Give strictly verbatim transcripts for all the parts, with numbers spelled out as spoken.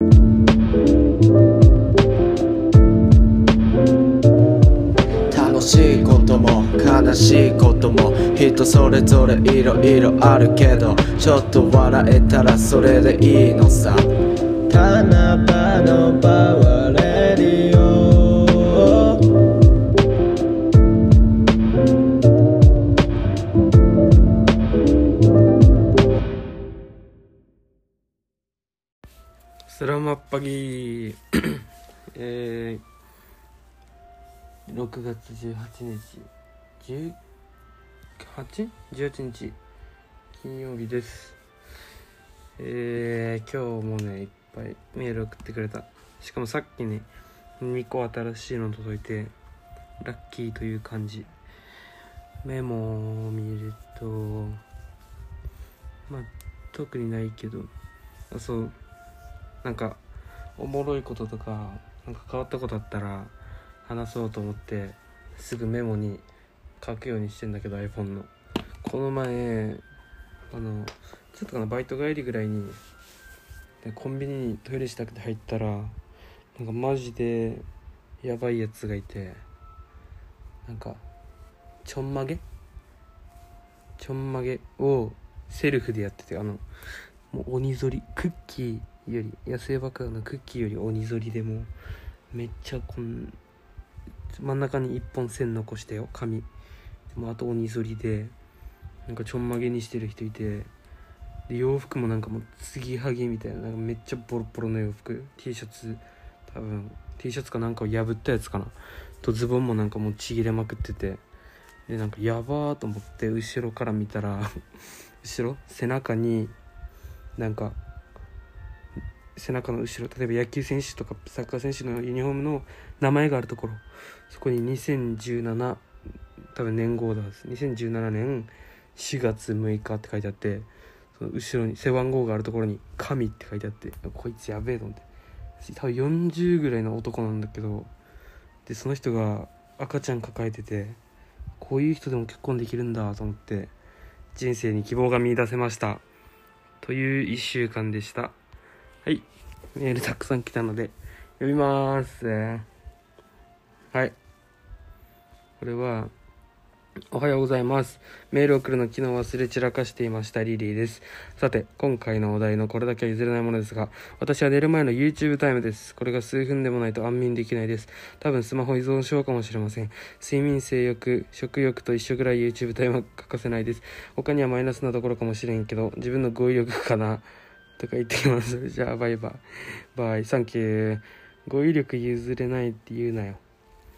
楽しいことも悲しいことも人それぞれいろいろあるけど、ちょっと笑えたらそれでいいのさ。七夕のパワーレディオ。 Selamat pagi えー、ろくがつじゅうはちにちじゅうはち?じゅうはちにち金曜日です。えー、今日もねいっぱいメール送ってくれた。しかもさっきねにこ新しいの届いてラッキーという感じ。メモを見るとまあ特にないけど、あそうなんかおもろいこととかなんか変わったことあったら話そうと思ってすぐメモに書くようにしてんだけど iPhone のこの前あのちょっとかなバイト帰りぐらいにでコンビニにトイレしたくて入ったらなんかマジでやばいやつがいて、なんかちょんまげちょんまげをセルフでやってて、あのもう鬼ぞりクッキーより野生爆弾のクッキーより鬼ぞりでもめっちゃこん真ん中に一本線残してよ髪でもあと鬼ぞりでなんかちょんまげにしてる人いて、で洋服もなんかもう継ぎはぎみたいな、なんかめっちゃボロボロの洋服 T シャツ多分 T シャツかなんかを破ったやつかなとズボンもなんかもうちぎれまくってて、でなんかやばーと思って後ろから見たら後ろ背中になんか背中の後ろ例えば野球選手とかサッカー選手のユニフォームの名前があるところ、そこににせんじゅうなな多分年号だはずにせんじゅうななねんしがつむいかって書いてあって、その後ろに背番号があるところに神って書いてあって、こいつやべえと思って、多分よんじゅうぐらいの男なんだけど、でその人が赤ちゃん抱えてて、こういう人でも結婚できるんだと思って人生に希望が見出せましたといういっしゅうかんでした。はい、メールたくさん来たので読みます。はい、これはおはようございます。メールを送るの昨日忘れ散らかしていましたリリーです。さて今回のお題のこれだけは譲れないものですが、私は寝る前の YouTube タイムです。これが数分でもないと安眠できないです。多分スマホ依存症かもしれません。睡眠、性欲、食欲と一緒ぐらい YouTube タイムは欠かせないです。他にはマイナスなところかもしれんけど自分の語彙力かなとか言ってきます。じゃあバイバイバイサンキュー。語彙力譲れないって言うなよ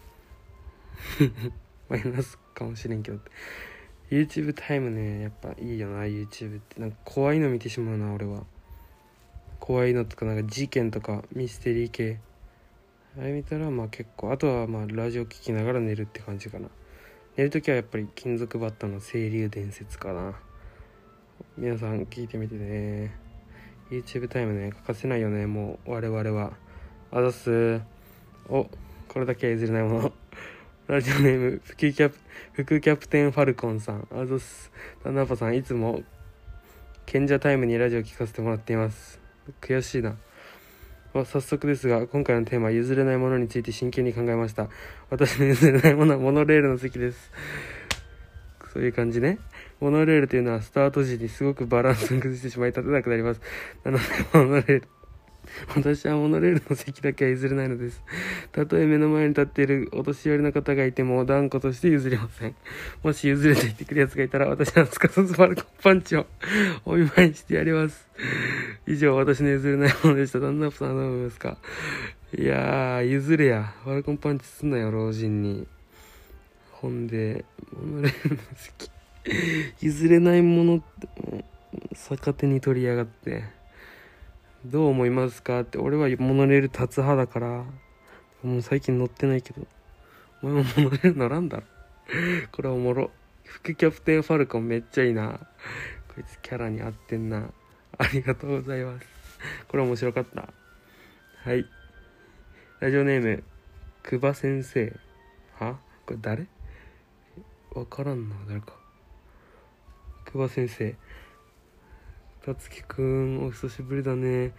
マイナスかもしれんけど YouTube タイムねやっぱいいよな。 YouTube ってなんか怖いの見てしまうな俺は。怖いのとかなんか事件とかミステリー系あれ見たらまあ結構、あとはまあラジオ聞きながら寝るって感じかな。寝るときはやっぱり金属バットの清流伝説かな。皆さん聞いてみてね。 YouTube タイムね欠かせないよねもう我々は。あざっす。おこれだけは譲れないものラジオネーム副キャプ副キャプテンファルコンさん、あざっす。タナパさんいつも賢者タイムにラジオ聞かせてもらっています。悔しいな。早速ですが今回のテーマ譲れないものについて真剣に考えました。私の譲れないものはモノレールの席です。そういう感じね。モノレールというのはスタート時にすごくバランスを崩してしまい立てなくなります。なのでモノレール私はモノレールの席だけは譲れないのです。たとえ目の前に立っているお年寄りの方がいても断固として譲りません。もし譲れていってくるやつがいたら私はすかさずファルコンパンチをお見舞いしてやります。以上私の譲れないものでした。旦那さんどう思いますか。いやー譲れや、ファルコンパンチすんなよ老人に。ほんでモノレールの席譲れないものって逆手に取りやがってどう思いますかって。俺はモノレール立つ派だからもう最近乗ってないけど、お前もモノレール乗らんだろこれはおもろ。副キャプテンファルコンめっちゃいいな。こいつキャラに合ってんな。ありがとうございます。これ面白かった。はい、ラジオネームくば先生。はこれ誰わからんな。誰か。くば先生、たつきくんお久しぶりだね。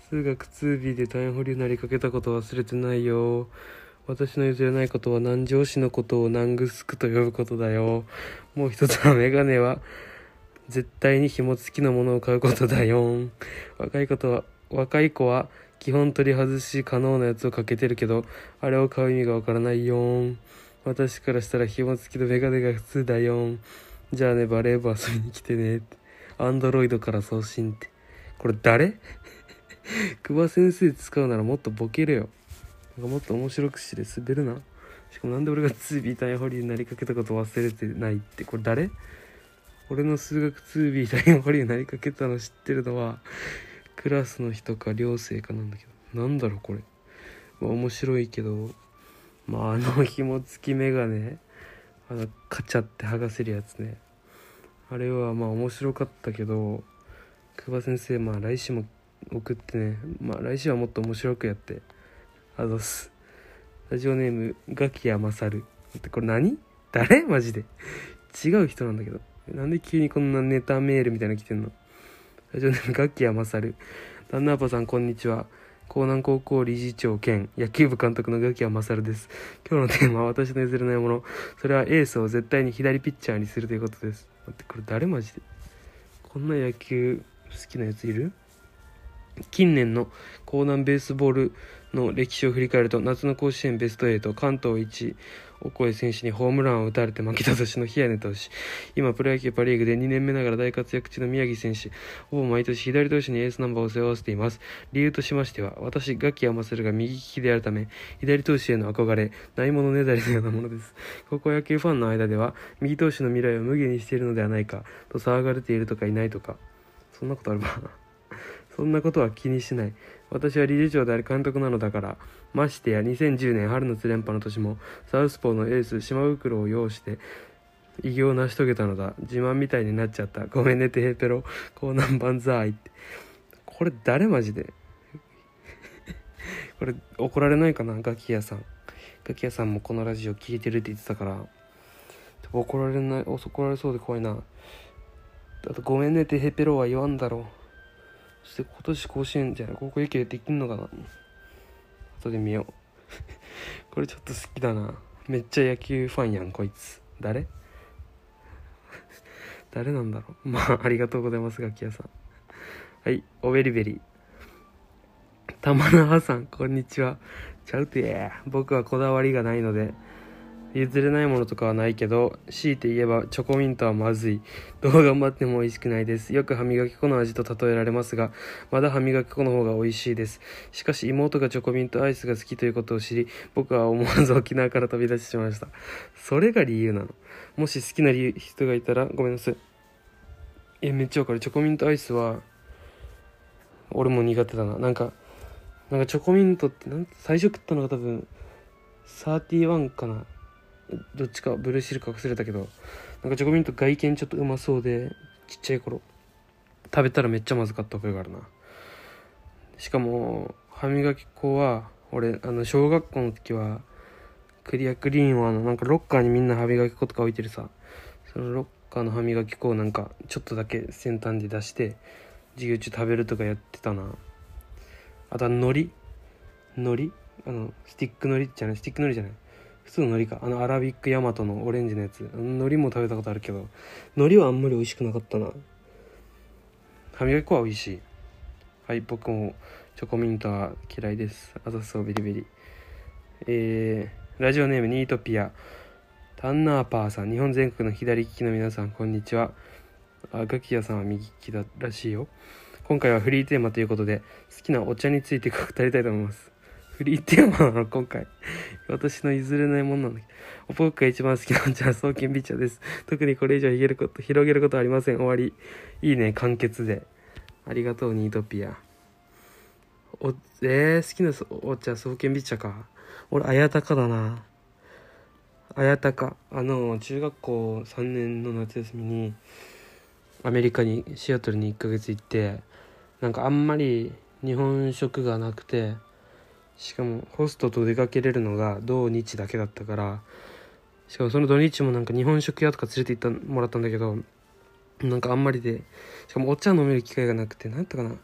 数学 ツービー で単位保留になりかけたこと忘れてないよ。私の譲れないことは南城市のことを南グスクと呼ぶことだよ。もう一つはメガネは絶対に紐付きのものを買うことだよ。若いことは若い子は基本取り外し可能なやつをかけてるけど、あれを買う意味がわからないよ。私からしたら紐付きのメガネが普通だよ。じゃあね、バレー部遊びに来てね。アンドロイドから送信って。これ誰久保先生使うならもっとボケるよ。なんかもっと面白くして滑るな。しかもなんで俺が ツービー 単位保留になりかけたこと忘れてないって。これ誰？俺の数学 ツービー 単位保留になりかけたの知ってるのはクラスの人か寮生かなんだけど、なんだろうこれ。まあ面白いけど、まああの紐付きメガネ、あのカチャって剥がせるやつね。あれはまあ面白かったけど、久保先生まあ来週も送ってね。まあ来週はもっと面白くやって。あざす。ラジオネームガキヤマサル。これ何？誰？マジで違う人なんだけど、なんで急にこんなネタメールみたいなの来てんの。ラジオネームガキヤマサル。旦那パさんこんにちは。江南高校理事長兼野球部監督のガキヤマサルです。今日のテーマは私の譲れないもの、それはエースを絶対に左ピッチャーにするということです。待って、これ誰？マジでこんな野球好きなやついる？近年の江南ベースボールの歴史を振り返ると、夏の甲子園ベストはち、関東一、オコエ選手にホームランを打たれて負けた年の比谷投手、今プロ野球パリーグでにねんめながら大活躍中の宮城選手、ほぼ毎年左投手にエースナンバーを背負わせています。理由としましては、私ガキヤマサルが右利きであるため、左投手への憧れ、ないものねだりのようなものです。高校野球ファンの間では、右投手の未来を無限にしているのではないかと騒がれているとかいないとか、そんなことあるばそんなことは気にしない。私は理事長であり監督なのだから。ましてやにせんじゅうねん春夏連覇の年もサウスポーのエース島袋を擁して偉業を成し遂げたのだ。自慢みたいになっちゃった。ごめんねてへペロ。江南万歳って。これ誰マジでこれ怒られないかな、ガキ屋さん。ガキ屋さんもこのラジオ聞いてるって言ってたから怒られない、怒られそうで怖いな。あとごめんねてへペロは言わんだろう。そして今年甲子園じゃない高校野球できんのかな。後で見ようこれちょっと好きだな。めっちゃ野球ファンやんこいつ。誰誰なんだろう。まあありがとうございますガキ屋さん。はい、おベリベリ玉那覇さんこんにちは。ちゃうて僕はこだわりがないので譲れないものとかはないけど、強いて言えばチョコミントはまずい。どう頑張っても美味しくないです。よく歯磨き粉の味と例えられますが、まだ歯磨き粉の方が美味しいです。しかし妹がチョコミントアイスが好きということを知り、僕は思わず沖縄から飛び出してしまいました。それが理由なの。もし好きな人がいたらごめんなさい。え、めっちゃわかる。チョコミントアイスは俺も苦手だな。なんかなんかチョコミントってなん最初食ったのが多分サーティワンかな、どっちかブルーシルか忘れたけど、なんかチョコミント外見ちょっとうまそうで、ちっちゃい頃食べたらめっちゃまずかった覚えがあるな。しかも歯磨き粉は俺あの小学校の時はクリアクリーンはあのなんかロッカーにみんな歯磨き粉とか置いてるさ、そのロッカーの歯磨き粉をなんかちょっとだけ先端で出して授業中食べるとかやってたな。あとは海苔海苔あのスティック海苔じゃないスティック海苔じゃない普通の海苔か、あのアラビックヤマトのオレンジのやつ、海苔も食べたことあるけど海苔はあんまり美味しくなかったな。歯磨き粉は美味しい。はい、僕もチョコミントは嫌いです。あざそうビリビリ。えー、ラジオネームニートピアタンナーパーさん、日本全国の左利きの皆さんこんにちは。あガキヤさんは右利きだらしいよ。今回はフリーテーマということで好きなお茶について語りたいと思います。フリーテーマなの今回私の譲れないものなんだけど、僕が一番好きなお茶は爽健美茶です。特にこれ以上広げること広げることはありません。終わり。いいね簡潔でありがとうニートピア。おえー、好きなお茶爽健美茶か。俺綾鷹だな。綾鷹あの中学校さんねんの夏休みにアメリカにシアトルにいっかげつ行って、なんかあんまり日本食がなくて、しかもホストと出かけれるのが土日だけだったから、しかもその土日もなんか日本食屋とか連れて行ってもらったんだけど、なんかあんまりで、しかもお茶飲める機会がなくて、なんとかな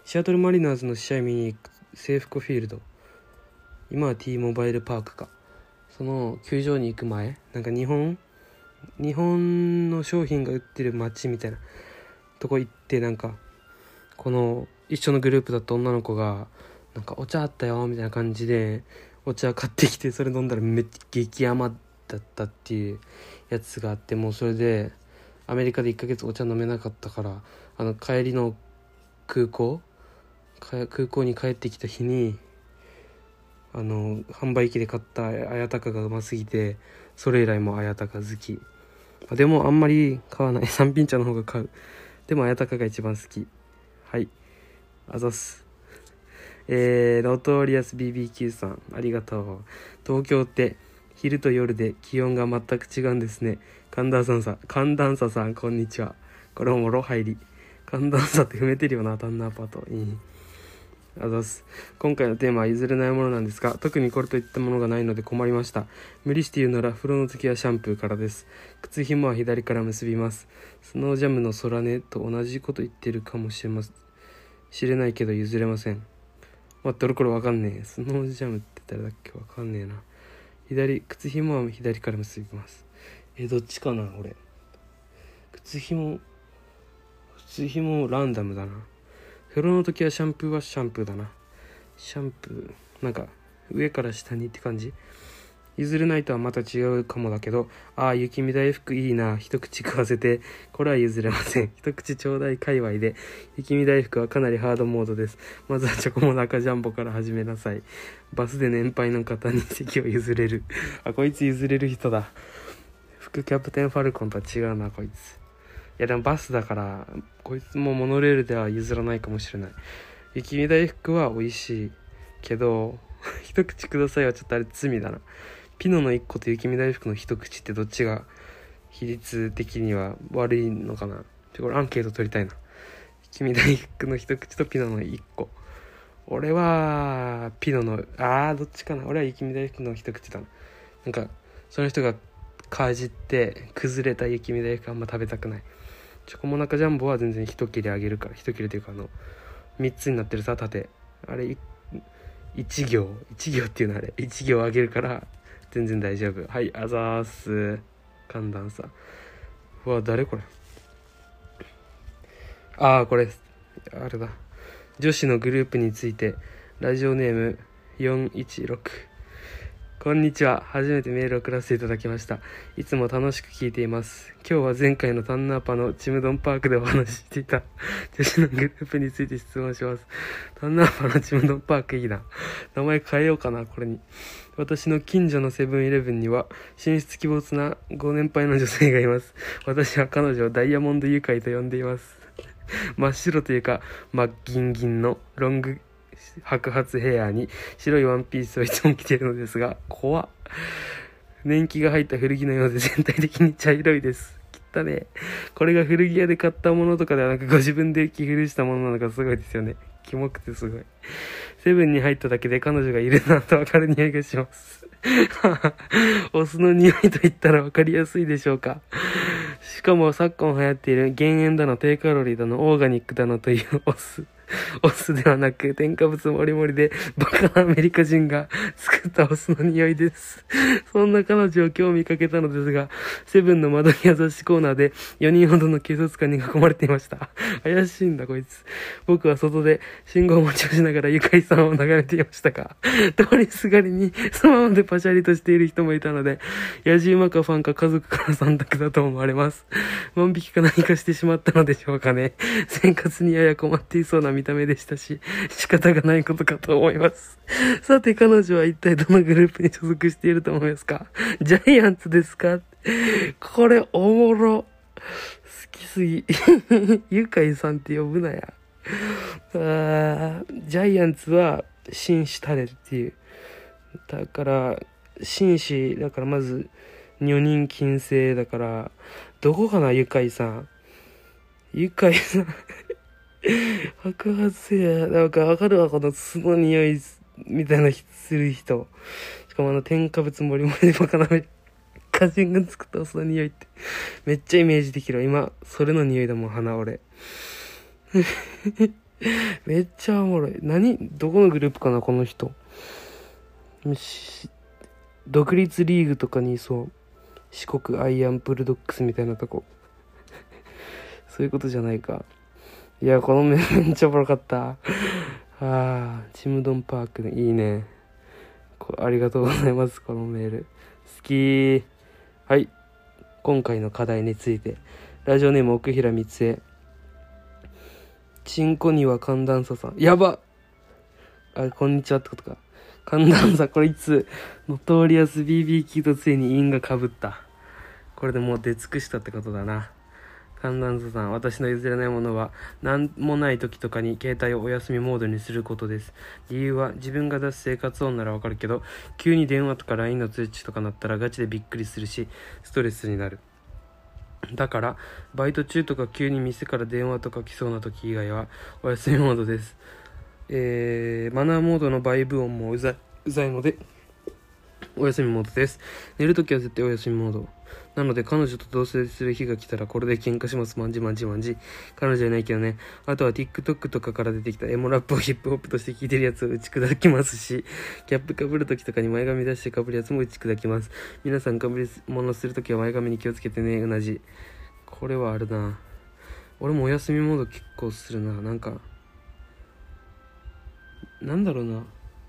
シアトルマリナーズの試合見に行くセーフコフィールド、今は T モバイルパークか、その球場に行く前、なんか日本日本の商品が売ってる街みたいなとこ行って、なんかこの一緒のグループだった女の子がなんかお茶あったよみたいな感じでお茶買ってきて、それ飲んだらめっちゃ激甘だったっていうやつがあって、もうそれでアメリカでいっかげつお茶飲めなかったから、あの帰りの空港空港に帰ってきた日にあの販売機で買った綾鷹がうますぎて、それ以来も綾鷹好き。でもあんまり買わない、三品茶の方が買う。でも綾鷹が一番好き。はい、あざす。えー、ノトリアス ビービーキュー さん、ありがとう。東京って昼と夜で気温が全く違うんですね。寒暖差さん、寒暖差さん、こんにちは。これもろ入り。寒暖差って踏めてるよな、タンナーパート。いい。あざす。今回のテーマは譲れないものなんですが、特にこれといったものがないので困りました。無理して言うなら風呂の時はシャンプーからです。靴紐は左から結びます。スノージャムの空音と同じこと言ってるかもしれません。知れないけど譲れません。待って、俺これわかんねえ。スノージャムって誰だっけ、わかんねえな。左、靴紐は左から結びます。え、どっちかな俺。靴紐、靴紐ランダムだな。風呂の時はシャンプーはシャンプーだな。シャンプー、なんか上から下にって感じ。譲れないとはまた違うかもだけど、ああ、雪見大福いいな。一口食わせて、これは譲れません。一口ちょうだい界隈で、雪見大福はかなりハードモードです。まずはチョコモナカジャンボから始めなさい。バスで年配の方に席を譲れる。あ、こいつ譲れる人だ。副キャプテンファルコンとは違うな、こいつ。いやでもバスだからこいつもモノレールでは譲らないかもしれない。雪見大福は美味しいけど一口くださいはちょっとあれ罪だな。ピノのいっこと雪見大福の一口ってどっちが比率的には悪いのかな。これアンケート取りたいな。雪見大福の一口とピノのいっこ。俺はピノのあーどっちかな。俺は雪見大福の一口だな。なんかその人がかじって崩れた雪見大福あんま食べたくない。チョコモナカジャンボは全然一切れあげるから、一切れというかあのみっつになってるさ縦、あれ一行一行っていうのあれ一行あげるから全然大丈夫。はい、あざーす。寒暖差。うわ誰これ。ああこれあれだ。女子のグループについてラジオネームよんいちろく。こんにちは。初めてメールを送らせていただきました。いつも楽しく聞いています。今日は前回のタンナーパのちむどんパークでお話ししていた女子のグループについて質問します。タンナーパのちむどんパークいいな。名前変えようかな、これに。私の近所のセブンイレブンには進出鬼没なご年配の女性がいます。私は彼女をダイヤモンドユカイと呼んでいます。真っ白というか真っ銀銀のロング白髪ヘアに白いワンピースをいつも着ているのですが、怖っ。年季が入った古着のようで全体的に茶色いです。汚ね。これが古着屋で買ったものとかではなくご自分で着古したものなのかすごいですよね。キモくてすごい。セブンに入っただけで彼女がいるなと分かる匂いがします。お酢の匂いと言ったら分かりやすいでしょうか。しかも昨今流行っている減塩だの低カロリーだのオーガニックだのというお酢。お酢ではなく添加物もりもりでバカなアメリカ人が作ったお酢の匂いです。そんな彼女を今日見かけたのですが、セブンの窓際雑誌コーナーでよにんほどの警察官に囲まれていました。怪しいんだこいつ。僕は外で信号待ちをしながらゆかいさんを眺めていましたが、通りすがりにそのままでパシャリとしている人もいたので、野じ馬かファンか家族から三択だと思われます。万引きか何かしてしまったのでしょうかね。生活にやや困っていそうな見た目でしたし、仕方がないことかと思います。さて彼女は一体どのグループに所属していると思いますか？ジャイアンツですか？これおもろ。好きすぎ。ゆかいさんって呼ぶなや。あジャイアンツは紳士タレっていう。だから紳士だからまず女人禁制だからどこかなゆかいさん。ゆかいさん白髪やなんかわかるわ、この酢の匂いみたいなする人。しかもあの添加物もりもりでバカなめ歌人が作った酢の匂いってめっちゃイメージできる。今それの匂いだもん鼻俺。 めっちゃおもろい。何どこのグループかなこの人。し独立リーグとかにいそう。四国アイアンブルドッグスみたいなとこそういうことじゃないか。いやこのメールめっちゃおもろかった。あーちむどんパークね、いいね。こありがとうございます。このメール好き。はい、今回の課題について。ラジオネーム奥平光恵。チンコには寒暖差さん。やばあ、こんにちはってことか。寒暖差、これいつノトリアス ビービー キーとついに因が被った。これでもう出尽くしたってことだな。寒暖差さん、私の譲れないものは何もない時とかに携帯をお休みモードにすることです。理由は自分が出す生活音ならわかるけど、急に電話とか ライン の通知とか鳴ったらガチでびっくりするしストレスになる。だからバイト中とか急に店から電話とか来そうな時以外はお休みモードです。えー、マナーモードのバイブ音もうざいうざいのでお休みモードです。寝るときは絶対お休みモードなので、彼女と同棲する日が来たらこれで喧嘩します。マンジマンジマンジ。彼女いないけどね。あとは TikTok とかから出てきたエモラップをヒップホップとして聴いてるやつを打ち砕きますし、キャップかぶるときとかに前髪出してかぶるやつも打ち砕きます。皆さんかぶり物するときは前髪に気をつけてね。うなじ。これはあるな。俺もお休みモード結構するな。なんかなんだろうな、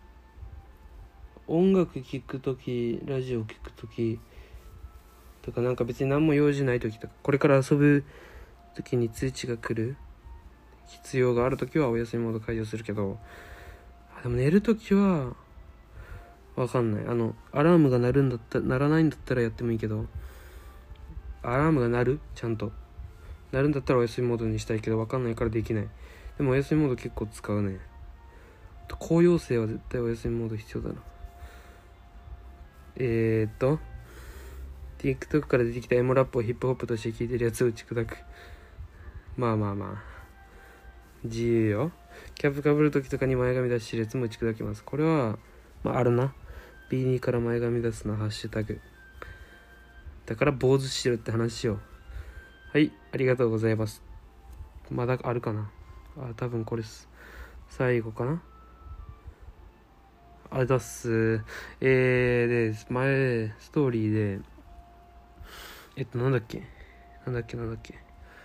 音楽聴くとき、ラジオ聴くときとか、なんか別に何も用事ないときとか、これから遊ぶときに通知が来る必要があるときはお休みモード解除するけど、でも寝るときはわかんない。あのアラームが鳴るんだったら、鳴らないんだったらやってもいいけど、アラームが鳴るちゃんと鳴るんだったらお休みモードにしたいけど、わかんないからできない。でもお休みモード結構使うね。高揚性は絶対お休みモード必要だな。えーっと TikTok から出てきたエモラップをヒップホップとして聴いてるやつを打ち砕く。まあまあまあ自由よ。キャップかぶるときとかに前髪出してるやつも打ち砕きます。これはまああるな。 ビーに から前髪出すなハッシュタグだから坊主してるって話しよう。はい、ありがとうございます。まだあるかなあ、多分これ最後かな。あれだっす。えー、で、前、ストーリーで、えっと、なんだっけなんだっけなんだっけ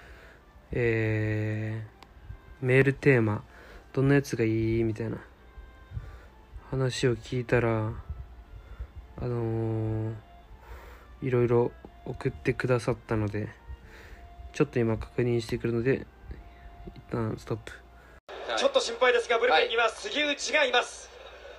えー、メールテーマ、どんなやつがいいみたいな話を聞いたら、あのー、いろいろ送ってくださったので、ちょっと今確認してくるので、一旦ストップ。 ちょっと心配ですが、ブルペンには杉内がいます。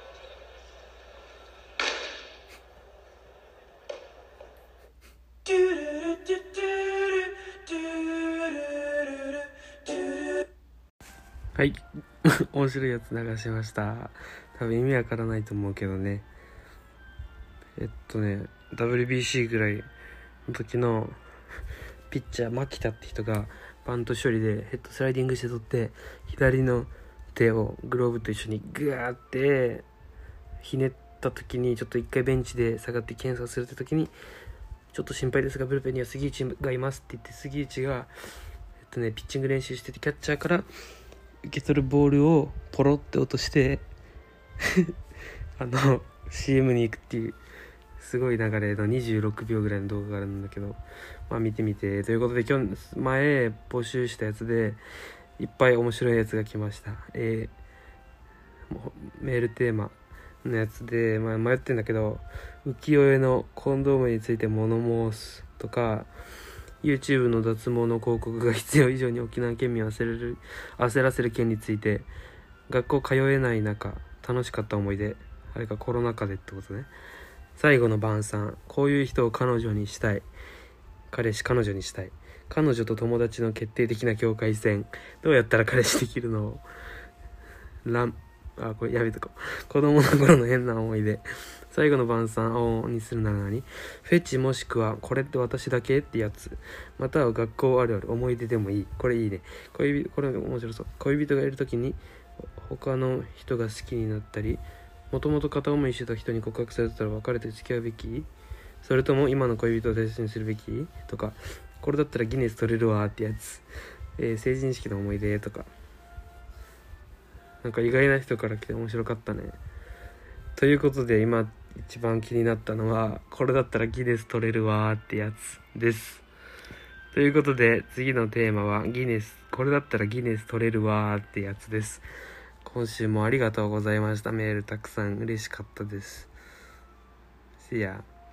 はい面白いやつ流しました。多分意味わからないと思うけどね。えっとね ダブリュービーシー ぐらいの時のピッチャー牧田って人がバント処理でヘッドスライディングして取って、左の手をグローブと一緒にグーってひねった時に、ちょっと一回ベンチで下がって検査するって時に、ちょっと心配ですがブルペンには杉内がいますって言って、杉内がえっとねピッチング練習してて、キャッチャーから受け取るボールをポロって落としてあの シーエム に行くっていうすごい流れのにじゅうろくびょうぐらいの動画があるんだけど、まあ見てみて。ということで、今日前募集したやつでいっぱい面白いやつが来ました。えー、メールテーマのやつで、まあ、迷ってんだけど、浮世絵のコンドームについて物申すとか、 YouTube の脱毛の広告が必要以上に沖縄県民を焦れる焦らせる件について、学校通えない中楽しかった思い出、あれかコロナ禍でってことね。最後の晩餐、こういう人を彼女にしたい、彼氏彼女にしたい、彼女と友達の決定的な境界線、どうやったら彼氏できるの、ランあこれやめとこう。子供の頃の変な思い出、最後の晩餐をにするなら何、フェチもしくはこれって私だけってやつ、または学校あるある思い出でもいい。これいいね。恋人、これ面白そう。恋人がいるときに他の人が好きになったり、もともと片思いしてた人に告白されてたら別れて付き合うべき、それとも今の恋人を大切にするべきとか、これだったらギネス取れるわってやつ、えー、成人式の思い出とか、 なんか意外な人から来て面白かったね。ということで今一番気になったのはこれだったらギネス取れるわーってやつです。ということで次のテーマはギネスこれだったらギネス取れるわーってやつです。今週もありがとうございました。メールたくさん嬉しかったです。See ya.